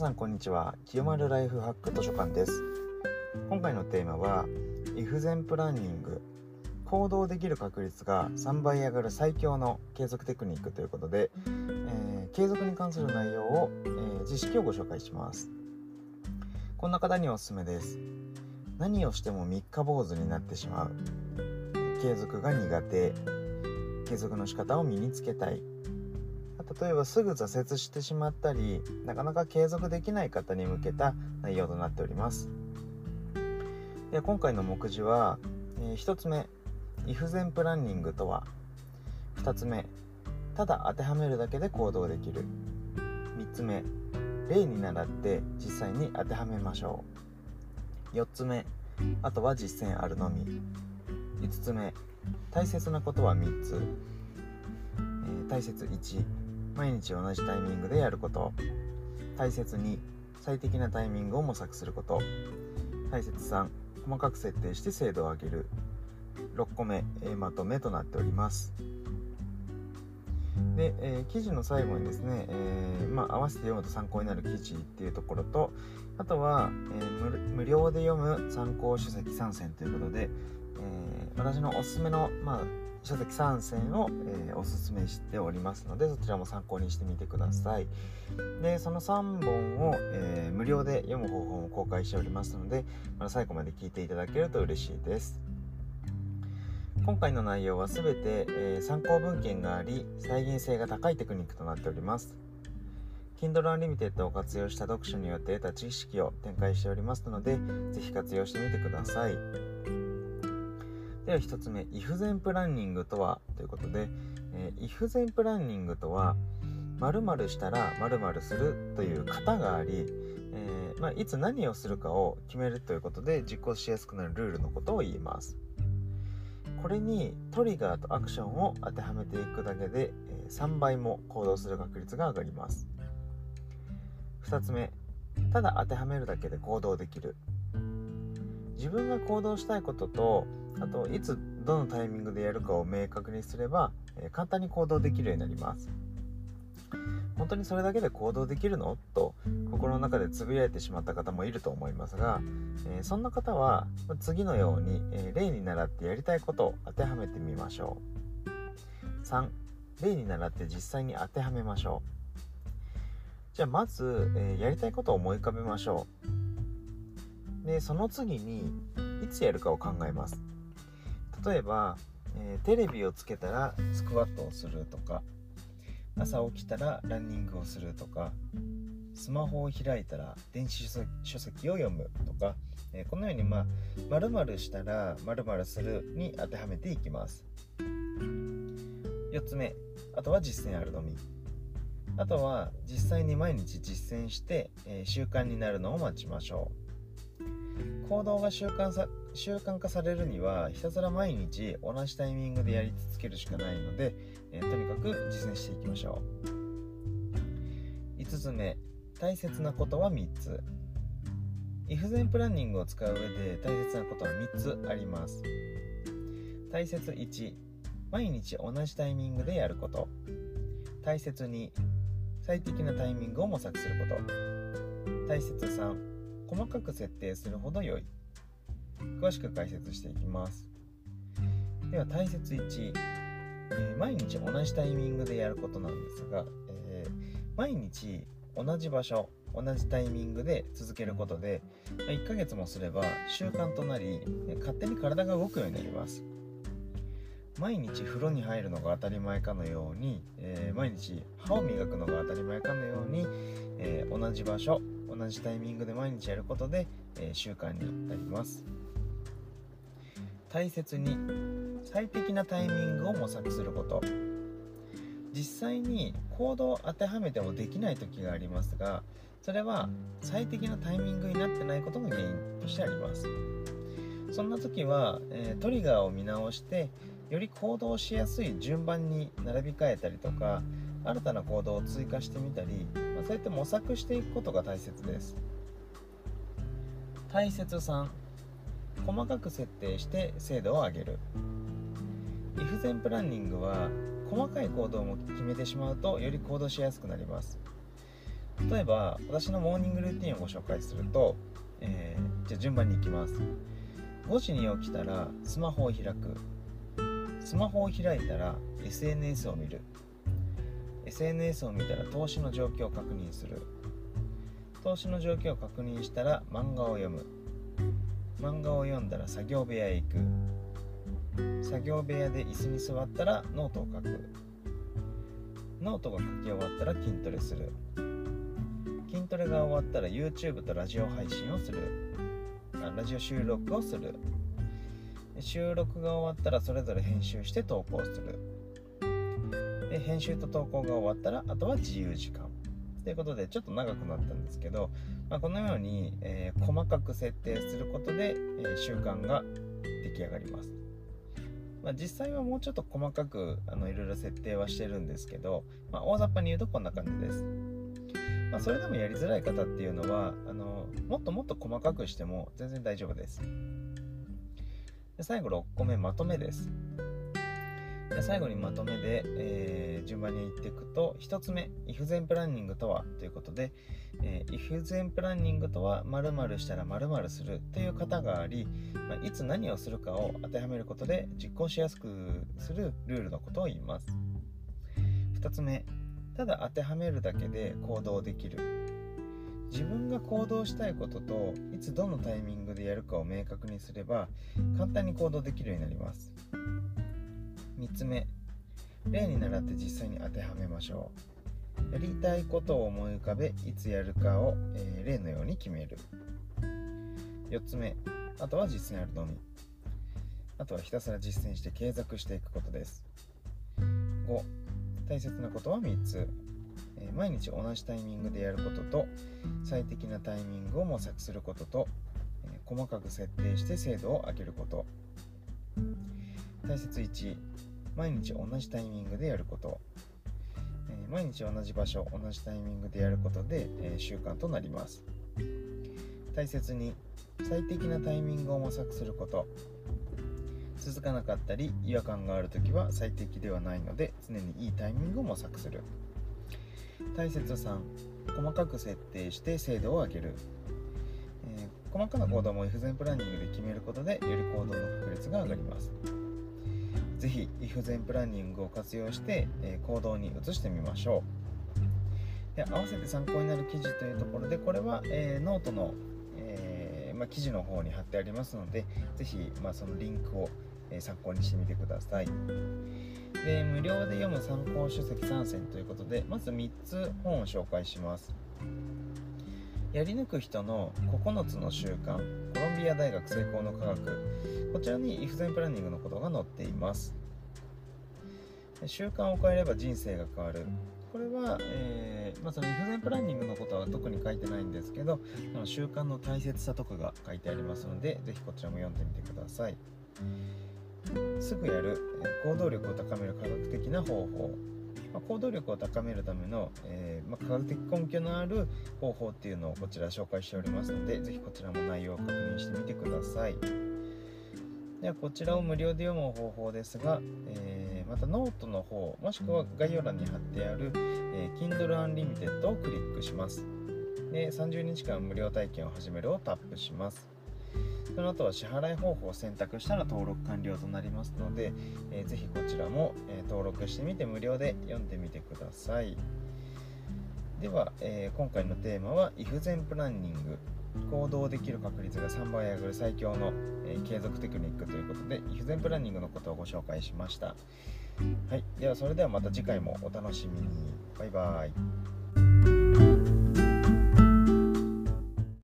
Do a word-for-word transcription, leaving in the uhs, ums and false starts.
さんこんにちは。清丸ライフハック図書館です。今回のテーマは If then プランニング、行動できる確率がさんばい上がる最強の継続テクニックということで、えー、継続に関する内容を、えー、知識をご紹介します。こんな方におすすめです。何をしても三日坊主になってしまう、継続が苦手、継続の仕方を身につけたい、例えばすぐ挫折してしまったりなかなか継続できない方に向けた内容となっております。で今回の目次は、えー、ひとつめ If then プランニングとは、ふたつめただ当てはめるだけで行動できる、みっつめ例に倣って実際に当てはめましょう、よっつめあとは実践あるのみ、いつつめ大切なことはみっつ、えー、大切いち毎日同じタイミングでやること、大切に最適なタイミングを模索すること、大切さん細かく設定して精度を上げる、ろっこめ、えー、まとめとなっております。で、えー、記事の最後にですね、えーまあ、合わせて読むと参考になる記事っていうところと、あとは、えー、無, 無料で読む参考書籍さんせんということで、えー、私のおすすめの、まあ書籍さんせんを、えー、おすすめしておりますので、そちらも参考にしてみてください。でそのさんぼんを、えー、無料で読む方法も公開しておりますので、まだ最後まで聞いていただけると嬉しいです。今回の内容はすべて、えー、参考文献があり再現性が高いテクニックとなっております。 Kindle Unlimited を活用した読書によって得た知識を展開しておりますので、ぜひ活用してみてください。ではひとつめ If then プランニングとはということで、えー、If then プランニングとは〇〇したら〇〇するという型があり、えーまあ、いつ何をするかを決めるということで実行しやすくなるルールのことを言います。これにトリガーとアクションを当てはめていくだけで、えー、さんばいも行動する確率が上がります。ふたつめただ当てはめるだけで行動できる。自分が行動したいことと、あといつどのタイミングでやるかを明確にすれば、えー、簡単に行動できるようになります。本当にそれだけで行動できるのと心の中でつぶやいてしまった方もいると思いますが、えー、そんな方は次のように、えー、例に倣ってやりたいことを当てはめてみましょう。さん例に倣って実際に当てはめましょう。じゃあまず、えー、やりたいことを思い浮かべましょう。でその次にいつやるかを考えます。例えば、えー、テレビをつけたらスクワットをするとか、朝起きたらランニングをするとか、スマホを開いたら電子書籍を読むとか、えー、このように、まあ、〇〇したら〇〇するに当てはめていきます。よっつめあとは実践あるのみ。あとは実際に毎日実践して、えー、習慣になるのを待ちましょう。行動が習慣さ習慣化されるにはひたすら毎日同じタイミングでやり続けるしかないので、えー、とにかく実践していきましょう。いつつめ大切なことはみっつ。 If then プランニングを使う上で大切なことはみっつあります。大切いち毎日同じタイミングでやること、大切に最適なタイミングを模索すること、大切さん細かく設定するほど良い。詳しく解説していきます。では大切いち、えー、毎日同じタイミングでやることなんですが、えー、毎日同じ場所同じタイミングで続けることでいっかげつもすれば習慣となり、勝手に体が動くようになります。毎日風呂に入るのが当たり前かのように、えー、毎日歯を磨くのが当たり前かのように、えー、同じ場所同じタイミングで毎日やることで、えー、習慣になります。大切に最適なタイミングを模索すること。実際に行動を当てはめてもできない時がありますが、それは最適なタイミングになってないことが原因としてあります。そんな時は、えー、トリガーを見直してより行動しやすい順番に並び替えたりとか、新たな行動を追加してみたり、まあ、そうやって模索していくことが大切です。大切さん細かく設定して精度を上げる。 If then プランニングは細かい行動も決めてしまうとより行動しやすくなります。 例えば私のモーニングルーティンをご紹介すると、えー、じゃあ順番に行きます。ごじに起きたらスマホを開く。スマホを開いたら エスエヌエス を見る。 エスエヌエス を見たら投資の状況を確認する。投資の状況を確認したら漫画を読む。漫画を読んだら作業部屋へ行く。作業部屋で椅子に座ったらノートを書く。ノートが書き終わったら筋トレする。筋トレが終わったら YouTube とラジオ配信をする。あ、ラジオ収録をする。収録が終わったらそれぞれ編集して投稿する。で、編集と投稿が終わったらあとは自由時間ということで、ちょっと長くなったんですけど、まあ、このように、えー、細かく設定することで、えー、習慣が出来上がります。まあ、実際はもうちょっと細かくあのいろいろ設定はしてるんですけど、まあ、大雑把に言うとこんな感じです。まあ、それでもやりづらい方っていうのはあのもっともっと細かくしても全然大丈夫です。で、最後ろっこめ、まとめです。で、最後にまとめで、えー、順番に言っていくと、ひとつめ、イフゼンプランニングとはということで、えー、イフゼンプランニングとは〇〇したら〇〇するという型があり、まあ、いつ何をするかを当てはめることで実行しやすくするルールのことを言います。ふたつめ、ただ当てはめるだけで行動できる。自分が行動したいことといつどのタイミングでやるかを明確にすれば簡単に行動できるようになります。みっつめ、例に倣って実際に当てはめましょう。やりたいことを思い浮かべ、いつやるかを、えー、例のように決める。よっつめ、あとは実践やるのみ。あとはひたすら実践して継続していくことです。ご、大切なことはみっつ。えー、毎日同じタイミングでやることと、最適なタイミングを模索することと、えー、細かく設定して精度を上げること。大切いち、毎日同じタイミングでやること。えー、毎日同じ場所、同じタイミングでやることで、えー、習慣となります。大切に、最適なタイミングを模索すること。続かなかったり違和感があるときは最適ではないので、常にいいタイミングを模索する。大切さん、細かく設定して精度を上げる。えー、細かな行動もイフゼンプランニングで決めることでより行動の確率が上がります。ぜひイフゼンプランニングを活用して、えー、行動に移してみましょう。で、合わせて参考になる記事というところで、これは、えー、ノートの、えーまあ、記事の方に貼ってありますので、ぜひ、まあ、そのリンクを、えー、参考にしてみてください。で、無料で読む参考書籍さんせんということで、まずみっつ本を紹介します。やり抜く人のここのつの習慣、コロンビア大学成功の科学、こちらにイフゼンプランニングのことが載っています。習慣を変えれば人生が変わる。これは、えーまあ、そのイフゼンプランニングのことは特に書いてないんですけど、その習慣の大切さとかが書いてありますので、ぜひこちらも読んでみてください。すぐやる行動力を高める科学的な方法、まあ、行動力を高めるための、えーまあ、科学的根拠のある方法っていうのをこちら紹介しておりますので、ぜひこちらも内容を確認してみてください。ではこちらを無料で読む方法ですが、えー、またノートの方もしくは概要欄に貼ってある、えー、Kindle Unlimited をクリックします。で、さんじゅうにちかん無料体験を始めるをタップします。その後は支払い方法を選択したら登録完了となりますので、えー、ぜひこちらも、えー、登録してみて無料で読んでみてください。では、えー、今回のテーマはイフゼンプランニング、行動できる確率がさんばい上がる最強の、えー、継続テクニックということで、イフゼンプランニングのことをご紹介しました。はい、ではそれではまた次回もお楽しみに。バイバイ。